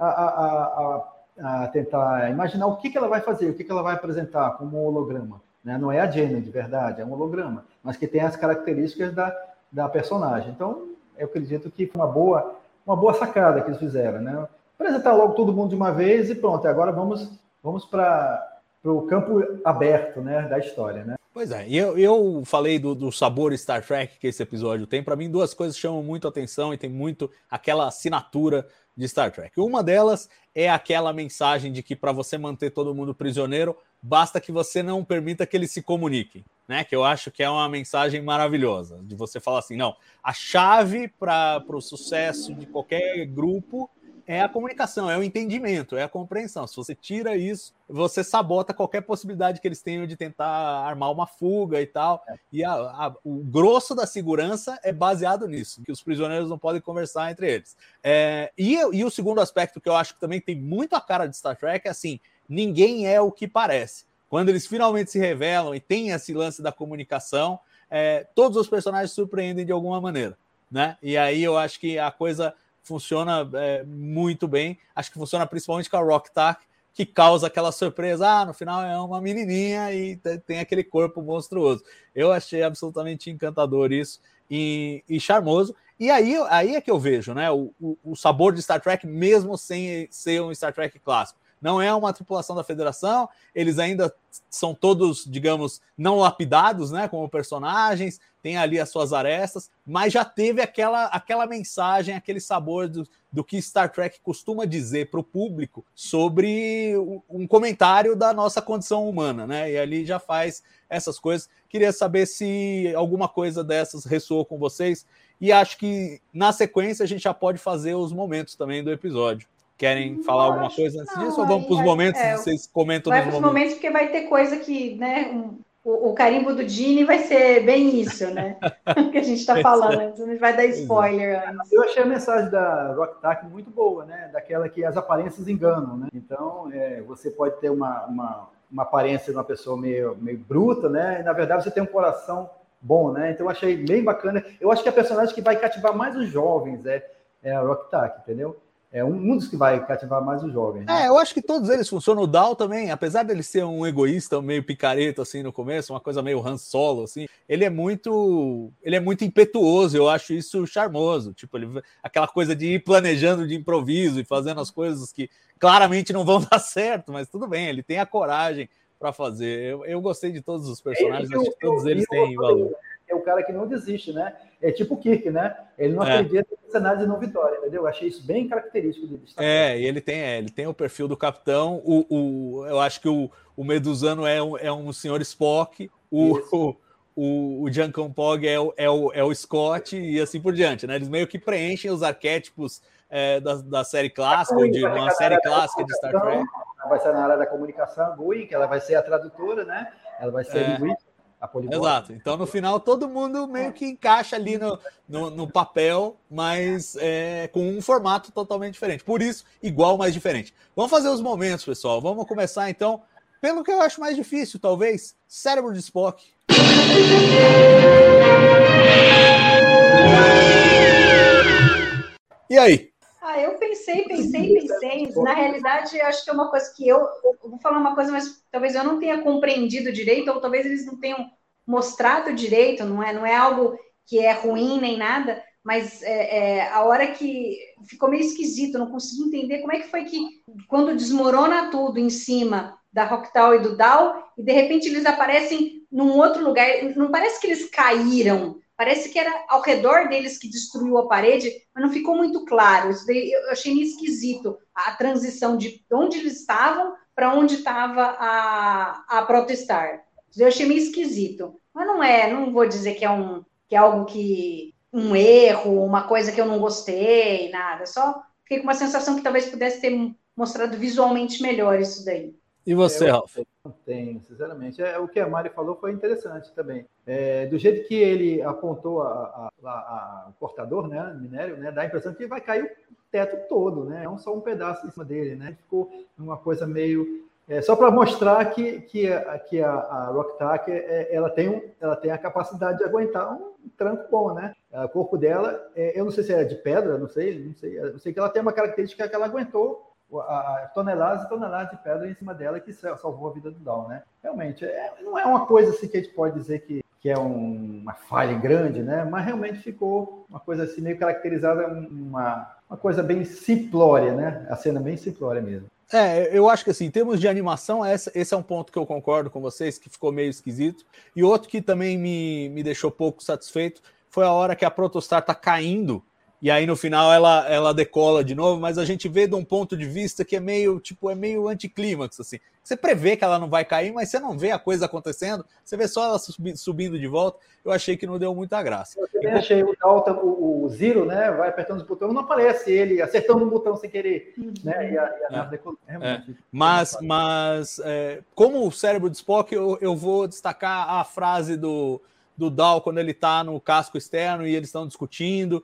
a tentar imaginar o que ela vai fazer, o que ela vai apresentar como holograma. Né? Não é a Janeway de verdade, é um holograma, mas que tem as características da personagem. Então, eu acredito que foi uma boa sacada que eles fizeram. Né? Apresentar logo todo mundo de uma vez e pronto, agora vamos para o campo aberto, né, da história. Né? Pois é, e eu falei do sabor Star Trek que esse episódio tem. Para mim, duas coisas chamam muito atenção e tem muito aquela assinatura de Star Trek. Uma delas é aquela mensagem de que para você manter todo mundo prisioneiro, basta que você não permita que eles se comuniquem, né? Que eu acho que é uma mensagem maravilhosa, de você falar assim, não, a chave para o sucesso de qualquer grupo é a comunicação, é o entendimento, é a compreensão. Se você tira isso, você sabota qualquer possibilidade que eles tenham de tentar armar uma fuga e tal. E o grosso da segurança é baseado nisso, que os prisioneiros não podem conversar entre eles. E o segundo aspecto que eu acho que também tem muito a cara de Star Trek é assim, ninguém é o que parece. Quando eles finalmente se revelam e tem esse lance da comunicação, todos os personagens surpreendem de alguma maneira, né? E aí eu acho que a coisa funciona muito bem. Acho que funciona principalmente com a Rok-Tahk, que causa aquela surpresa. No final é uma menininha e tem aquele corpo monstruoso. Eu achei absolutamente encantador isso e charmoso. E aí é que eu vejo, né, o sabor de Star Trek, mesmo sem ser um Star Trek clássico. Não é uma tripulação da Federação, eles ainda são todos, digamos, não lapidados, né, como personagens, tem ali as suas arestas, mas já teve aquela mensagem, aquele sabor do que Star Trek costuma dizer para o público sobre um comentário da nossa condição humana, né? E ali já faz essas coisas. Queria saber se alguma coisa dessas ressoou com vocês, e acho que na sequência a gente já pode fazer os momentos também do episódio. Querem falar alguma coisa antes disso? Ou vamos para os momentos? Vocês comentam nos momentos? Vai para os momentos, porque vai ter coisa que, né, o carimbo do Gene vai ser bem isso, né? Que a gente está falando, a gente vai dar spoiler antes. Eu achei a mensagem da Rok-Tahk muito boa, né? Daquela que as aparências enganam, né? Então, você pode ter uma aparência de uma pessoa meio bruta, né? E, na verdade, você tem um coração bom, né? Então, eu achei bem bacana. Eu acho que a personagem que vai cativar mais os jovens é a Rok-Tahk, entendeu? É um dos que vai cativar mais os jovens. Né? Eu acho que todos eles funcionam. O Dal também, apesar dele ser um egoísta, meio picareta assim no começo, uma coisa meio Han Solo, assim, ele é muito impetuoso, eu acho isso charmoso. Tipo, aquela coisa de ir planejando de improviso e fazendo as coisas que claramente não vão dar certo, mas tudo bem, ele tem a coragem para fazer. Eu gostei de todos os personagens, acho que todos eles têm valor. É o cara que não desiste, né? é tipo o Kirk, né? Ele não acredita no cenário de não vitória, entendeu? Eu achei isso bem característico do Star Trek. E ele tem o perfil do capitão. Eu acho que o Medusano é um senhor Spock, o Jankom Pog é o Scott e assim por diante, né? Eles meio que preenchem os arquétipos da série clássica, ou de uma série clássica de Star Trek. Vai ser na área da comunicação, a Gui, que ela vai ser a tradutora, né? Ela vai ser a linguista, a poliglota. Exato. Então, no final, todo mundo meio que encaixa ali no papel, mas com um formato totalmente diferente. Por isso, igual, mas diferente. Vamos fazer os momentos, pessoal. Vamos começar, então, pelo que eu acho mais difícil, talvez, Cérebro de Spock. E aí? Eu pensei. Na realidade, eu acho que é uma coisa que eu vou falar uma coisa, mas talvez eu não tenha compreendido direito, ou talvez eles não tenham mostrado direito, não é algo que é ruim nem nada, mas a hora que ficou meio esquisito, não consegui entender como é que foi que, quando desmorona tudo em cima da Roctal e do Dal, e de repente eles aparecem num outro lugar, não parece que eles caíram, parece que era ao redor deles que destruiu a parede, mas não ficou muito claro. Isso daí eu achei meio esquisito, a transição de onde eles estavam para onde estava a Protostar. Isso daí eu achei meio esquisito. Mas não vou dizer que é algo que um erro, uma coisa que eu não gostei, nada. Só fiquei com uma sensação que talvez pudesse ter mostrado visualmente melhor isso daí. E você, Ralf? Não tenho, sinceramente. O que a Mari falou foi interessante também. Do jeito que ele apontou o cortador, né, minério, né, dá a impressão que vai cair o teto todo, né? Não só um pedaço em cima dele, né? Ficou uma coisa meio... só para mostrar que a Roktak ela tem a capacidade de aguentar um tranco bom, né? O corpo dela, eu não sei se é de pedra, não sei. Eu sei que ela tem uma característica que ela aguentou toneladas e toneladas de pedra em cima dela, que salvou a vida do Dal, né? Realmente, não é uma coisa assim que a gente pode dizer que é uma falha grande, né? Mas realmente ficou uma coisa assim meio caracterizada, uma coisa bem simplória, né? A cena bem simplória mesmo. Eu acho que assim, em termos de animação, esse é um ponto que eu concordo com vocês, que ficou meio esquisito. E outro que também me deixou pouco satisfeito foi a hora que a Protostar tá caindo, e aí no final ela decola de novo, mas a gente vê de um ponto de vista que é meio anticlímax, assim. Você prevê que ela não vai cair, mas você não vê a coisa acontecendo, você vê só ela subindo de volta. Eu achei que não deu muita graça. Eu também achei o Zero, né, vai apertando os botões, não aparece ele acertando um botão sem querer, né, e a nave decolou. Mas como o Cérebro de Spock, eu vou destacar a frase do Dal quando ele está no casco externo e eles estão discutindo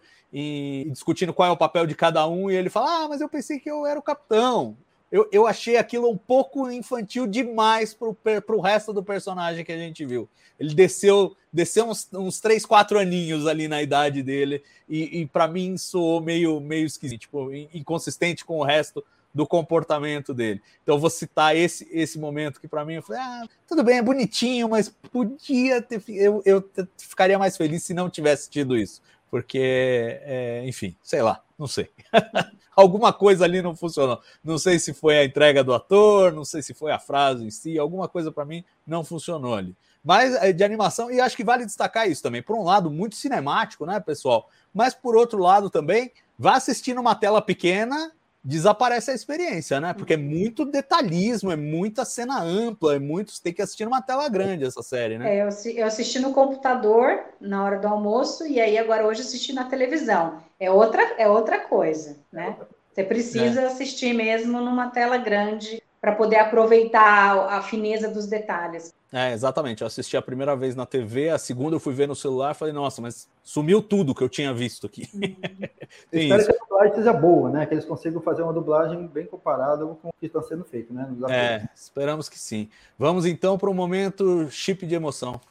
qual é o papel de cada um, e ele fala, mas eu pensei que eu era o capitão. Eu achei aquilo um pouco infantil demais para o resto do personagem que a gente viu. Ele desceu uns 3, 4 aninhos ali na idade dele, e para mim soou meio esquisito, tipo, inconsistente com o resto do comportamento dele. Então eu vou citar esse momento que para mim eu falei, tudo bem, é bonitinho, mas podia ter... Eu ficaria mais feliz se não tivesse tido isso, porque, enfim, sei lá, não sei. Alguma coisa ali não funcionou. Não sei se foi a entrega do ator, não sei se foi a frase em si, alguma coisa para mim não funcionou ali. Mas de animação, e acho que vale destacar isso também, por um lado muito cinemático, né, pessoal? Mas por outro lado também, vá assistir numa tela pequena, desaparece a experiência, né? Porque é muito detalhismo, é muita cena ampla, você tem que assistir numa tela grande essa série, né? Eu assisti no computador na hora do almoço, e aí agora hoje assisti na televisão. É outra coisa, né? Você precisa assistir mesmo numa tela grande para poder aproveitar a fineza dos detalhes. Exatamente. Eu assisti a primeira vez na TV, a segunda eu fui ver no celular e falei, nossa, mas sumiu tudo que eu tinha visto aqui. Espero que a dublagem seja boa, né? Que eles consigam fazer uma dublagem bem comparada com o que está sendo feito, né? Esperamos que sim. Vamos então para o momento chip de emoção.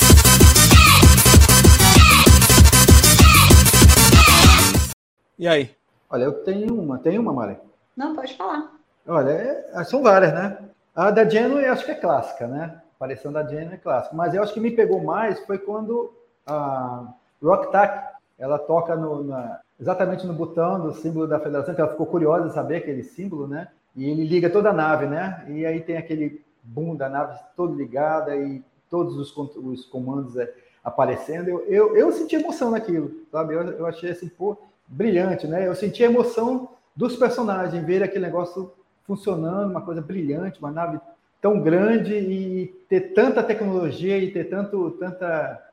E aí? Olha, eu tenho uma, Mari? Não, pode falar. Olha, são várias, né? A da Janeway eu acho que é clássica, né? A aparição da Janeway é clássica. Mas eu acho que me pegou mais foi quando a Roktak, ela toca exatamente no botão do símbolo da Federação, que ela ficou curiosa de saber aquele símbolo, né? E ele liga toda a nave, né? E aí tem aquele boom da nave toda ligada e todos os comandos aparecendo, eu senti emoção naquilo, sabe? Eu achei assim, pô, brilhante, né? Eu senti a emoção dos personagens, ver aquele negócio funcionando, uma coisa brilhante, uma nave tão grande e ter tanta tecnologia e ter tanta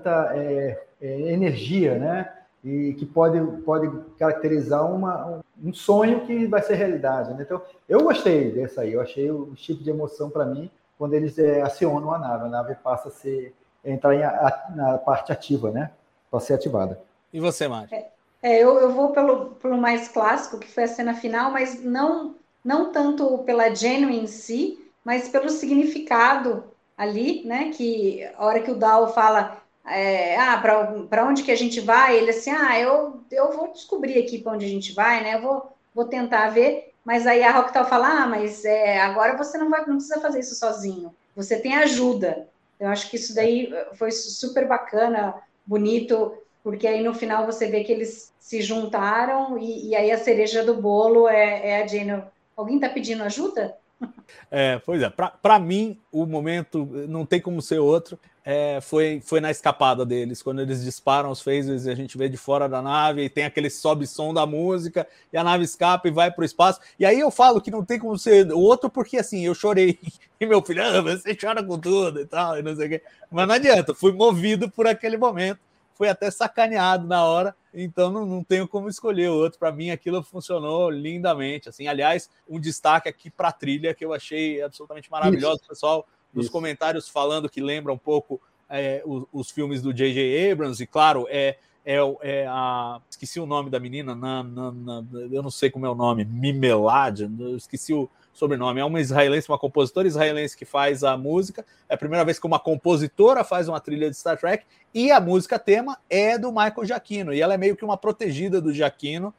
energia, né? E que pode caracterizar um sonho que vai ser realidade, né? Então, eu gostei dessa aí, eu achei o tipo de emoção para mim quando eles acionam a nave passa a entrar na parte ativa, né? Para ser ativada. E você, Mari? Eu vou pelo mais clássico, que foi a cena final, mas não tanto pela Janeway em si, mas pelo significado ali, né? Que a hora que o Dal fala, para onde que a gente vai? Ele assim, eu vou descobrir aqui para onde a gente vai, né? Eu vou tentar ver. Mas aí a Rocketal fala, mas agora você não precisa fazer isso sozinho. Você tem ajuda. Eu acho que isso daí foi super bacana, bonito, porque aí no final você vê que eles se juntaram e aí a cereja do bolo é a Jane. Alguém está pedindo ajuda? Pois é, para mim o momento não tem como ser outro. Foi na escapada deles, quando eles disparam os phasers e a gente vê de fora da nave e tem aquele sobe-som da música e a nave escapa e vai para o espaço. E aí eu falo que não tem como ser outro porque assim, eu chorei e meu filho, você chora com tudo e tal, e não sei o quê. Mas não adianta, fui movido por aquele momento, fui até sacaneado na hora, então não tenho como escolher outro. Para mim aquilo funcionou lindamente. Assim, aliás, um destaque aqui para a trilha que eu achei absolutamente maravilhoso, pessoal. Nos comentários falando que lembra um pouco os filmes do J.J. Abrams, e claro, esqueci o nome da menina, eu não sei como é o nome, Mimelad, eu esqueci o sobrenome, é uma israelense, uma compositora israelense que faz a música, é a primeira vez que uma compositora faz uma trilha de Star Trek, e a música tema é do Michael Giacchino, e ela é meio que uma protegida do Giacchino,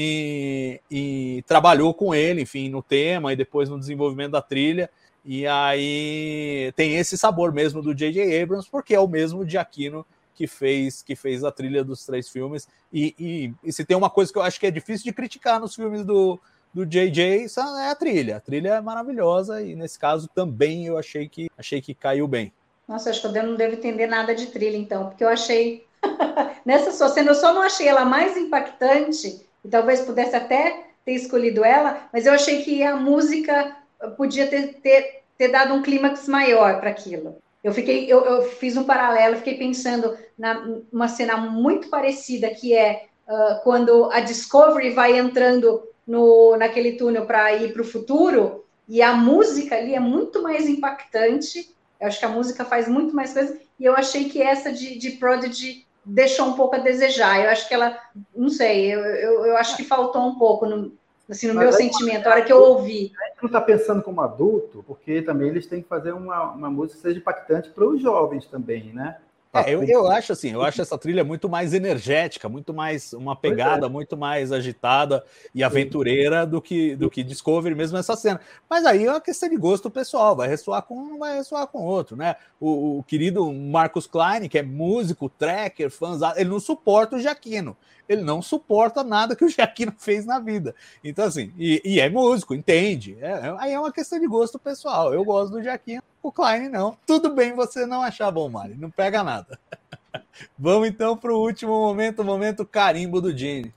e trabalhou com ele, enfim, no tema, e depois no desenvolvimento da trilha. E aí tem esse sabor mesmo do J.J. Abrams, porque é o mesmo Giacchino que fez a trilha dos 3 filmes. E se tem uma coisa que eu acho que é difícil de criticar nos filmes do J.J., é a trilha. A trilha é maravilhosa e nesse caso também eu achei que caiu bem. Nossa, acho que eu não devo entender nada de trilha então, porque eu achei nessa sua cena, eu só não achei ela mais impactante, e talvez pudesse até ter escolhido ela, mas eu achei que a música podia ter dado um clímax maior para aquilo. Eu fiz um paralelo, fiquei pensando numa cena muito parecida, que quando a Discovery vai entrando naquele túnel para ir para o futuro, e a música ali é muito mais impactante. Eu acho que a música faz muito mais coisa, e eu achei que essa de Prodigy deixou um pouco a desejar. Eu acho que ela, não sei, eu acho que faltou um pouco no meu sentimento, a hora que eu ouvi. A gente não está pensando como adulto, porque também eles têm que fazer uma música que seja impactante para os jovens também, né? Eu acho assim, eu acho essa trilha muito mais energética, muito mais uma pegada muito mais agitada e aventureira do que Discovery mesmo essa cena. Mas aí é uma questão de gosto pessoal, vai ressoar com um, não vai ressoar com outro, né? O querido Marcus Klein, que é músico, tracker, fãzão, ele não suporta o Giacchino. Ele não suporta nada que o Giacchino fez na vida. Então, assim, e é músico, entende? Aí é uma questão de gosto pessoal. Eu gosto do Giacchino, o Klein não. Tudo bem você não achar bom, Mari, não pega nada. Vamos então para o último momento, o momento carimbo do Gene.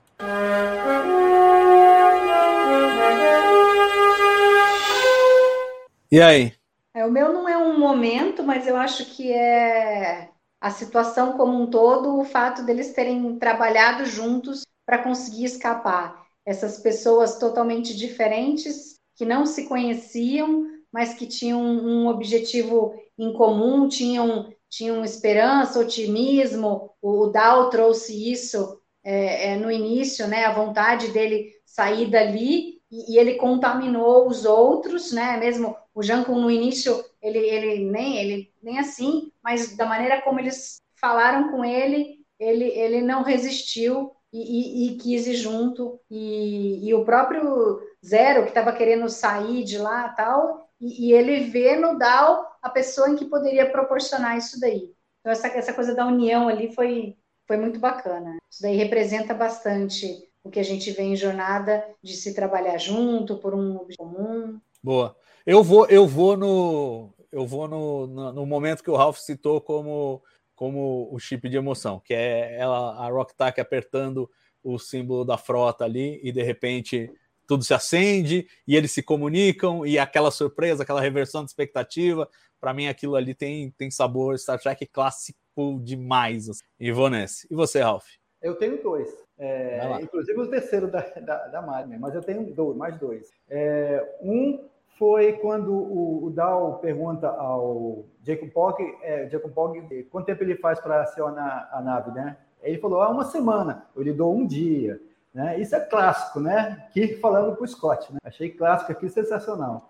E aí? O meu não é um momento, mas eu acho que é a situação como um todo, o fato deles terem trabalhado juntos para conseguir escapar. Essas pessoas totalmente diferentes, que não se conheciam, mas que tinham um objetivo em comum, tinham esperança, otimismo. O Dal trouxe isso no início, né? A vontade dele sair dali, e ele contaminou os outros, né? Mesmo o Janko no início, ele nem assim, mas da maneira como eles falaram com ele não resistiu e quis ir junto. E o próprio Zero, que estava querendo sair de lá tal, e ele vê no Dal a pessoa em que poderia proporcionar isso daí. Então, essa coisa da união ali foi muito bacana. Isso daí representa bastante o que a gente vê em Jornada, de se trabalhar junto por um objetivo comum. Boa. Eu vou no momento que o Ralph citou como como o chip de emoção, que é a Rok'Tak apertando o símbolo da frota ali e de repente tudo se acende e eles se comunicam e aquela surpresa, aquela reversão de expectativa. Para mim aquilo ali tem sabor Star Trek clássico demais. Assim. Ivonesse. E você, Ralph? Eu tenho 2. Inclusive o terceiro da Mari, mas eu tenho mais 2. Um foi quando o Dal pergunta ao Jacob Pogg quanto tempo ele faz para acionar a nave, né? Ele falou, 1 semana, eu lhe dou 1 dia. Né? Isso é clássico, né? Kirk falando para o Scott. Né? Achei clássico aqui, sensacional.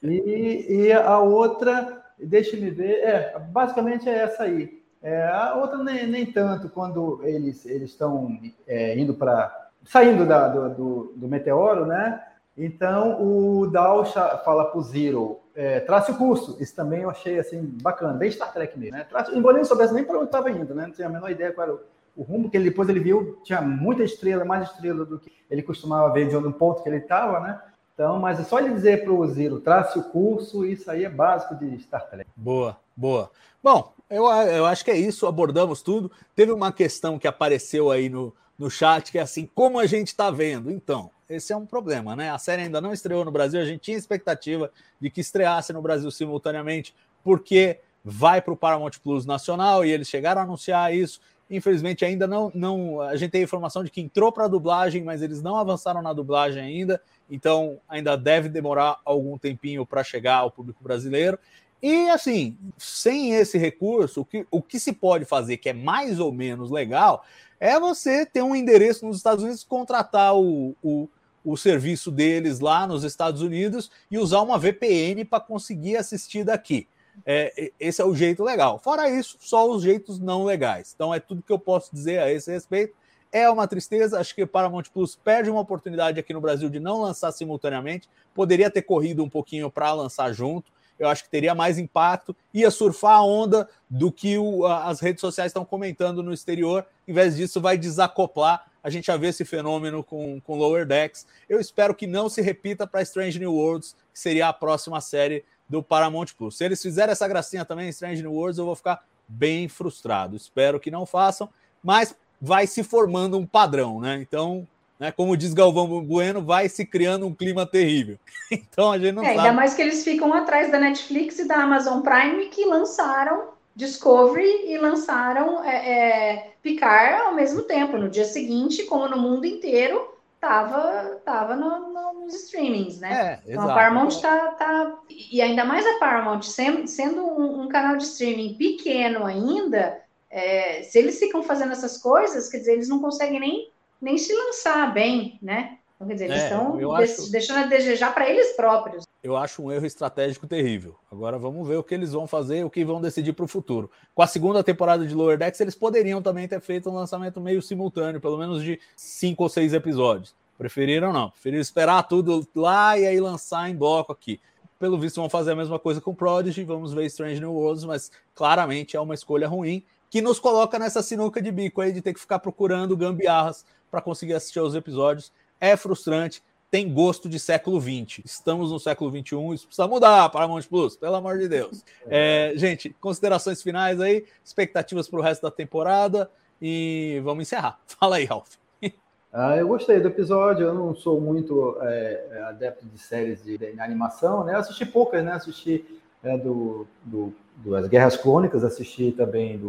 E a outra, deixe-me ver, basicamente é essa aí. A outra nem tanto, quando eles estão saindo do meteoro, né? Então o Dal fala para o Zero, trace o curso. Isso também eu achei assim, bacana, bem Star Trek mesmo. Né? Embora ele não soubesse nem para onde estava indo, né? Não tinha a menor ideia qual era o rumo, que depois ele viu, tinha muita estrela, mais estrela do que ele costumava ver de onde um ponto que ele estava, né? Então, mas é só ele dizer para o Zero, trace o curso, isso aí é básico de Star Trek. Boa. Bom, eu acho que é isso, abordamos tudo. Teve uma questão que apareceu aí no chat, que é assim, como a gente está vendo? Então, esse é um problema, né? A série ainda não estreou no Brasil, a gente tinha expectativa de que estreasse no Brasil simultaneamente, porque vai para o Paramount Plus nacional, e eles chegaram a anunciar isso. Infelizmente, ainda não. A gente tem a informação de que entrou para a dublagem, mas eles não avançaram na dublagem ainda, então ainda deve demorar algum tempinho para chegar ao público brasileiro. E, assim, sem esse recurso, o que se pode fazer, que é mais ou menos legal, é você ter um endereço nos Estados Unidos, contratar o serviço deles lá nos Estados Unidos e usar uma VPN para conseguir assistir daqui. Esse é o jeito legal. Fora isso, só os jeitos não legais. Então é tudo que eu posso dizer a esse respeito. É uma tristeza, acho que Paramount Plus perde uma oportunidade aqui no Brasil de não lançar simultaneamente. Poderia ter corrido um pouquinho para lançar junto. Eu acho que teria mais impacto, ia surfar a onda do que as redes sociais estão comentando no exterior. Em vez disso, vai desacoplar. A gente já vê esse fenômeno com Lower Decks. Eu espero que não se repita para Strange New Worlds, que seria a próxima série do Paramount Plus. Se eles fizerem essa gracinha também em Strange New Worlds, eu vou ficar bem frustrado. Espero que não façam, mas vai se formando um padrão, né? Então, né, como diz Galvão Bueno, vai se criando um clima terrível. Então a gente não sabe. Ainda mais que eles ficam atrás da Netflix e da Amazon Prime, que lançaram Discovery e lançaram Picard ao mesmo tempo. No dia seguinte, como no mundo inteiro, tava nos streamings, né? Então exato. a Paramount tá... E ainda mais a Paramount, sendo um canal de streaming pequeno ainda, se eles ficam fazendo essas coisas, quer dizer, eles não conseguem nem se lançar bem, né? Então, quer dizer, eles estão deixando a desejar para eles próprios. Eu acho um erro estratégico terrível. Agora vamos ver o que eles vão fazer, o que vão decidir para o futuro. Com a segunda temporada de Lower Decks, eles poderiam também ter feito um lançamento meio simultâneo, pelo menos de 5 ou 6 episódios. Preferiram não. Preferiram esperar tudo lá e aí lançar em bloco aqui. Pelo visto vão fazer a mesma coisa com Prodigy, vamos ver Strange New Worlds, mas claramente é uma escolha ruim, que nos coloca nessa sinuca de bico aí de ter que ficar procurando gambiarras para conseguir assistir aos episódios. É frustrante, tem gosto de século XX. Estamos no século XXI, isso precisa mudar, Paramount Plus, pelo amor de Deus. Gente, considerações finais aí, expectativas para o resto da temporada e vamos encerrar. Fala aí, Ralph. Eu gostei do episódio, eu não sou muito adepto de séries de animação, né? Eu assisti poucas, né? Assisti das Guerras Clônicas, assisti também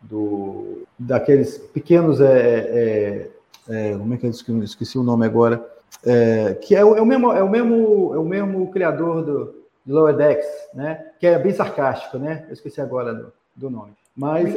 daqueles pequenos... como é que eu esqueci o nome agora? Que é o mesmo criador de Lower Decks, né? Que é bem sarcástico, né? Eu esqueci agora do nome. Mas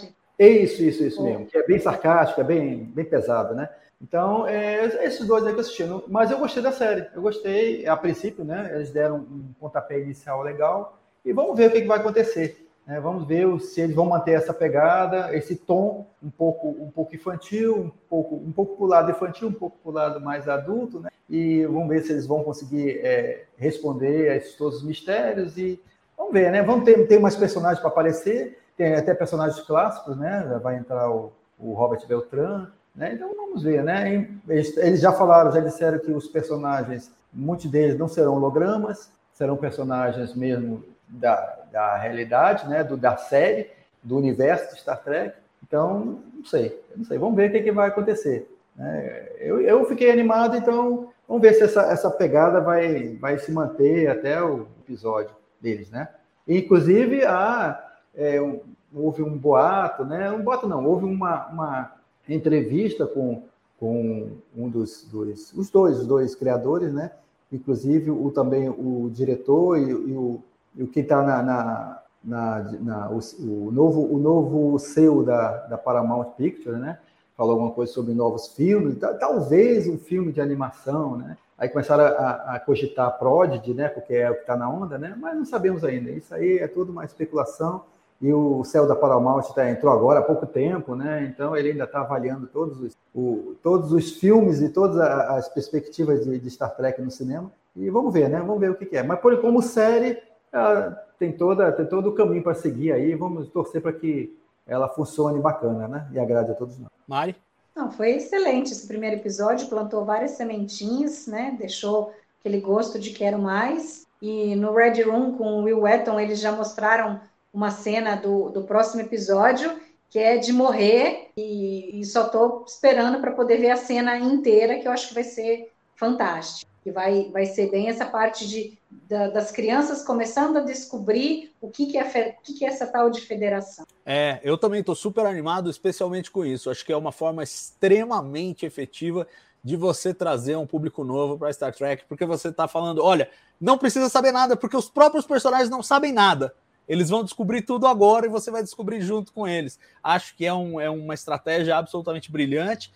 isso mesmo, que é bem sarcástico, é bem pesado, né? Então, esses dois aí que eu assisti. Mas eu gostei da série. Eu gostei, a princípio, né? Eles deram um pontapé inicial legal. E vamos ver o que vai acontecer. Né? Vamos ver se eles vão manter essa pegada, esse tom um pouco infantil, um pouco para o lado infantil, um pouco para o lado mais adulto. Né? E vamos ver se eles vão conseguir responder a todos os mistérios. E vamos ver, né? Vamos ter mais personagens para aparecer. Tem até personagens clássicos, né? Vai entrar o Robert Beltran. Né? Então vamos ver, né? Eles já disseram que os personagens, muitos deles não serão hologramas, serão personagens mesmo da realidade, né? Da série, do universo de Star Trek. Então, não sei. Vamos ver o que vai acontecer. Eu fiquei animado, então vamos ver se essa pegada vai se manter até o episódio deles, né? Inclusive, houve um boato, né? Um boato não, houve uma entrevista com um dos dois criadores, né? Inclusive também o diretor e o que está o novo CEO da Paramount Pictures, né? Falou alguma coisa sobre novos filmes, talvez um filme de animação, né? Aí começaram a cogitar Prodigy, né? Porque é o que está na onda, né? Mas não sabemos ainda. Isso aí é tudo uma especulação. E o CEO da Paramount entrou agora há pouco tempo, né? Então ele ainda está avaliando todos os filmes e todas as perspectivas de Star Trek no cinema. E vamos ver, né? Vamos ver o que é. Mas como série, tem todo o caminho para seguir aí. Vamos torcer para que ela funcione bacana, né? E agrade a todos nós. Mari? Não, foi excelente esse primeiro episódio, plantou várias sementinhas, né? Deixou aquele gosto de quero mais. E no Red Room, com o Will Wheaton, eles já mostraram uma cena do próximo episódio, que é de morrer, e só estou esperando para poder ver a cena inteira, que eu acho que vai ser fantástico. E vai ser bem essa parte das crianças começando a descobrir o que é essa tal de federação. Eu também estou super animado, especialmente com isso. Acho que é uma forma extremamente efetiva de você trazer um público novo para Star Trek, porque você está falando, olha, não precisa saber nada, porque os próprios personagens não sabem nada. Eles vão descobrir tudo agora e você vai descobrir junto com eles. Acho que é uma estratégia absolutamente brilhante.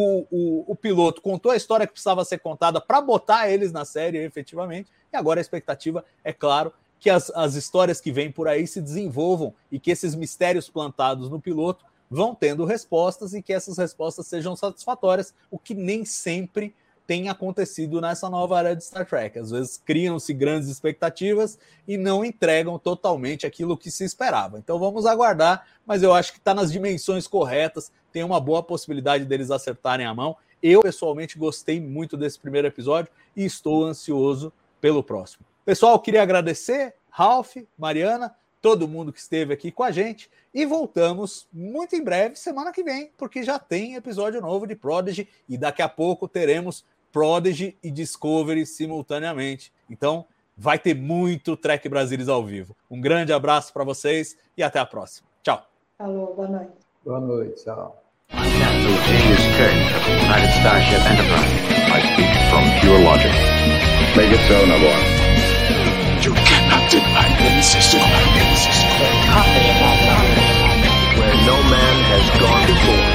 O piloto contou a história que precisava ser contada para botar eles na série, efetivamente. E agora a expectativa, é claro, que as histórias que vêm por aí se desenvolvam e que esses mistérios plantados no piloto vão tendo respostas e que essas respostas sejam satisfatórias, o que nem sempre tem acontecido nessa nova era de Star Trek. Às vezes criam-se grandes expectativas e não entregam totalmente aquilo que se esperava. Então vamos aguardar, mas eu acho que está nas dimensões corretas, tem uma boa possibilidade deles acertarem a mão. Eu, pessoalmente, gostei muito desse primeiro episódio e estou ansioso pelo próximo. Pessoal, queria agradecer, Ralph, Mariana, todo mundo que esteve aqui com a gente, e voltamos muito em breve, semana que vem, porque já tem episódio novo de Prodigy, e daqui a pouco teremos Prodigy e Discovery simultaneamente. Então, vai ter muito Trek Brasilis ao vivo. Um grande abraço para vocês e até a próxima. Tchau. Alô, boa noite. Boa noite, tchau. I'm Captain James Kirk of the United Starship Enterprise. I speak from pure logic. Make it so, Nabor. You cannot deny the system. Where no man has gone before.